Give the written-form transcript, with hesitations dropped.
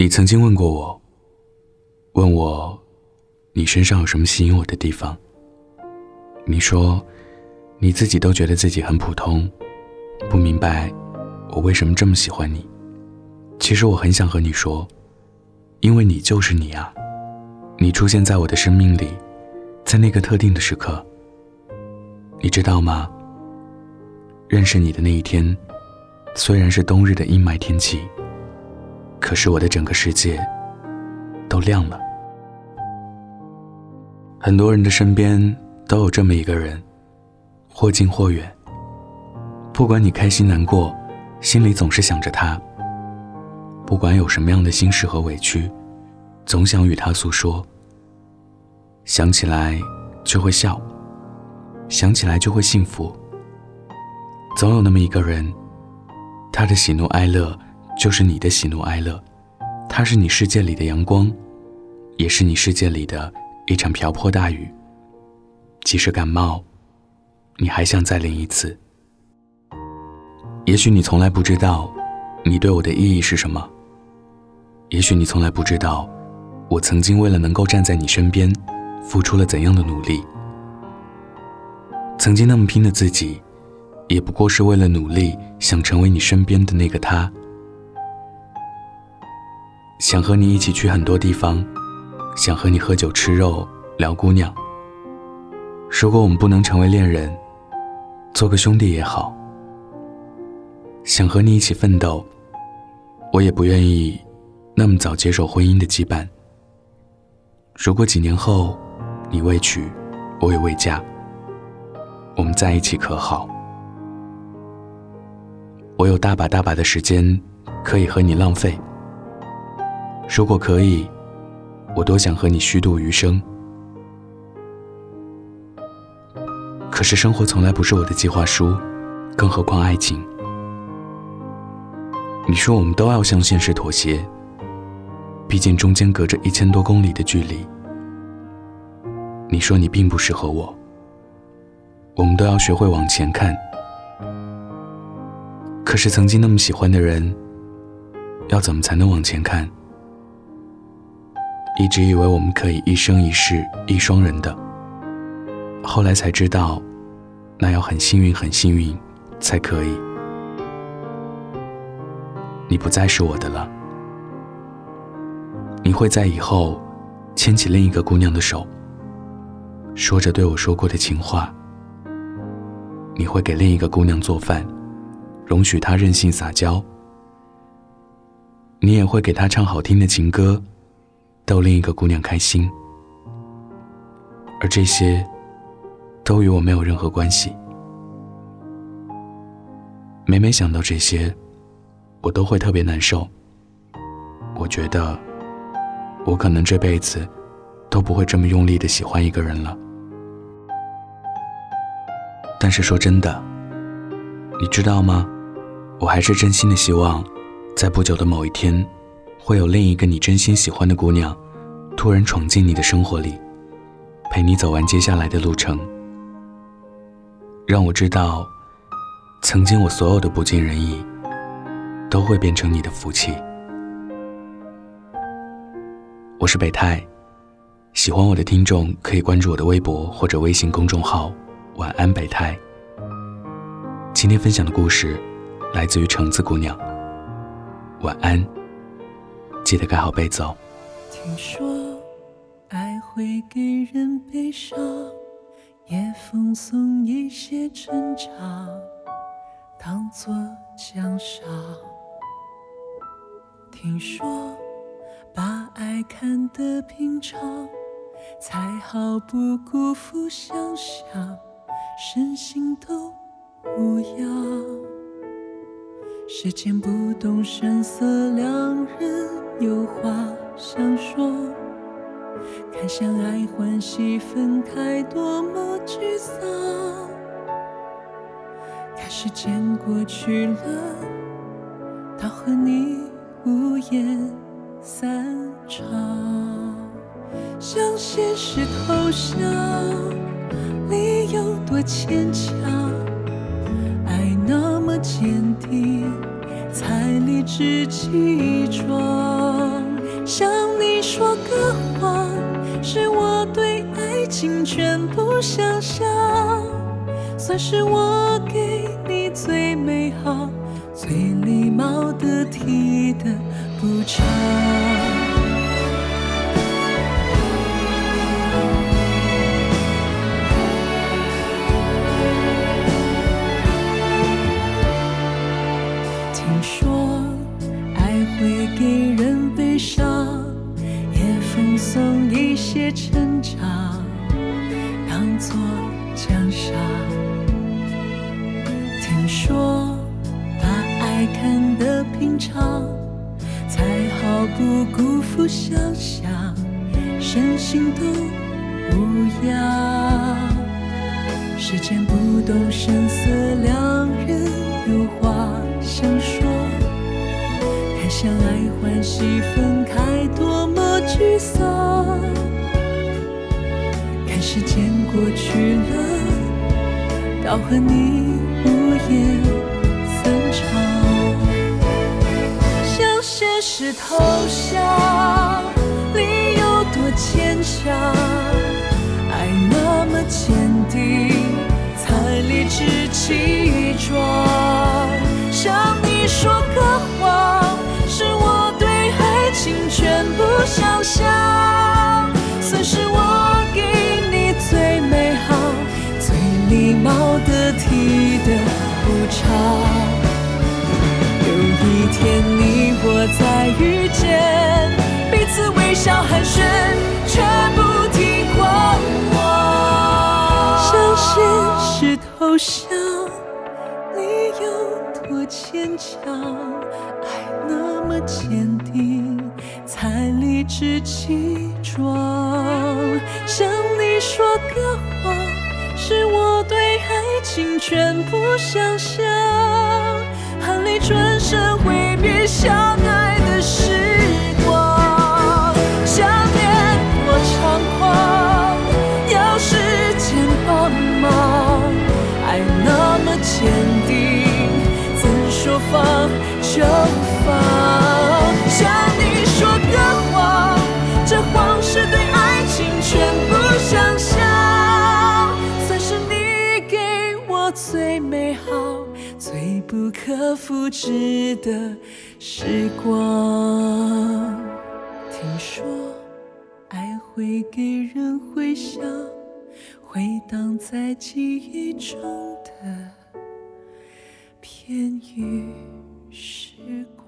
你曾经问过我，问我你身上有什么吸引我的地方。你说你自己都觉得自己很普通，不明白我为什么这么喜欢你。其实我很想和你说，因为你就是你啊，你出现在我的生命里，在那个特定的时刻。你知道吗？认识你的那一天，虽然是冬日的阴霾天气，可是我的整个世界都亮了。很多人的身边都有这么一个人，或近或远，不管你开心难过，心里总是想着他，不管有什么样的心事和委屈，总想与他诉说。想起来就会笑，想起来就会幸福。总有那么一个人，他的喜怒哀乐就是你的喜怒哀乐，他是你世界里的阳光，也是你世界里的一场瓢泼大雨。即使感冒，你还想再淋一次。也许你从来不知道你对我的意义是什么，也许你从来不知道我曾经为了能够站在你身边付出了怎样的努力。曾经那么拼的自己，也不过是为了努力想成为你身边的那个他。想和你一起去很多地方，想和你喝酒吃肉聊姑娘。如果我们不能成为恋人，做个兄弟也好。想和你一起奋斗，我也不愿意那么早接受婚姻的羁绊。如果几年后你未娶，我也未嫁，我们在一起可好？我有大把大把的时间可以和你浪费，如果可以，我多想和你虚度余生。可是生活从来不是我的计划书，更何况爱情。你说我们都要向现实妥协，毕竟中间隔着1000多公里的距离。你说你并不适合我，我们都要学会往前看。可是曾经那么喜欢的人，要怎么才能往前看？一直以为我们可以一生一世一双人的，后来才知道，那要很幸运很幸运才可以。你不再是我的了，你会在以后牵起另一个姑娘的手，说着对我说过的情话。你会给另一个姑娘做饭，容许她任性撒娇。你也会给她唱好听的情歌，逗另一个姑娘开心。而这些都与我没有任何关系。每每想到这些，我都会特别难受。我觉得我可能这辈子都不会这么用力地喜欢一个人了。但是说真的，你知道吗？我还是真心的希望，在不久的某一天，会有另一个你真心喜欢的姑娘，突然闯进你的生活里，陪你走完接下来的路程。让我知道，曾经我所有的不尽人意，都会变成你的福气。我是北太，喜欢我的听众可以关注我的微博或者微信公众号晚安北太。今天分享的故事来自于橙子姑娘。晚安，记得盖好被子哦。 听说爱会给人悲伤，也奉送一些成长，当作奖赏。听说把爱看得平常，才好不辜负想象，身心都无恙。时间不动声色，两人有话想说，看相爱欢喜分开多么沮丧。看时间过去了，到和你无言散场，向现实投降，理由多牵强，爱那么坚定，才理直气壮。 向你说个谎，是我对爱情全部想象，算是我给你最美好、最礼貌得体的补偿。听说爱会给人悲伤，也奉送一些成长，当作奖赏。听说把爱看得平常，才好不辜负想象，身心都无恙。时间不动声色，两人有话想说，看相爱欢喜分开多么沮丧，看时间过去了，倒和你无言散场。向现实投降，理由多牵强，爱那么坚定，才理直气壮。向你说个谎，是我对爱情全部想象，算是我给你最美好、最礼貌得体的补偿。有一天你我再遇见，彼此微笑寒暄，全部听光我。向现实投降，理由多牵强，爱那么坚定，才理直气壮。向你说个谎，是我对爱情全部想象，含泪转身挥别相爱的时光。想念多猖狂，要时间帮忙，爱那么坚定，怎说放就放。向你说个谎，这谎是对爱情全部想象，算是你给我最美好、最不可复制的时光。听说爱会给人回响，回荡在记忆中的片语时光。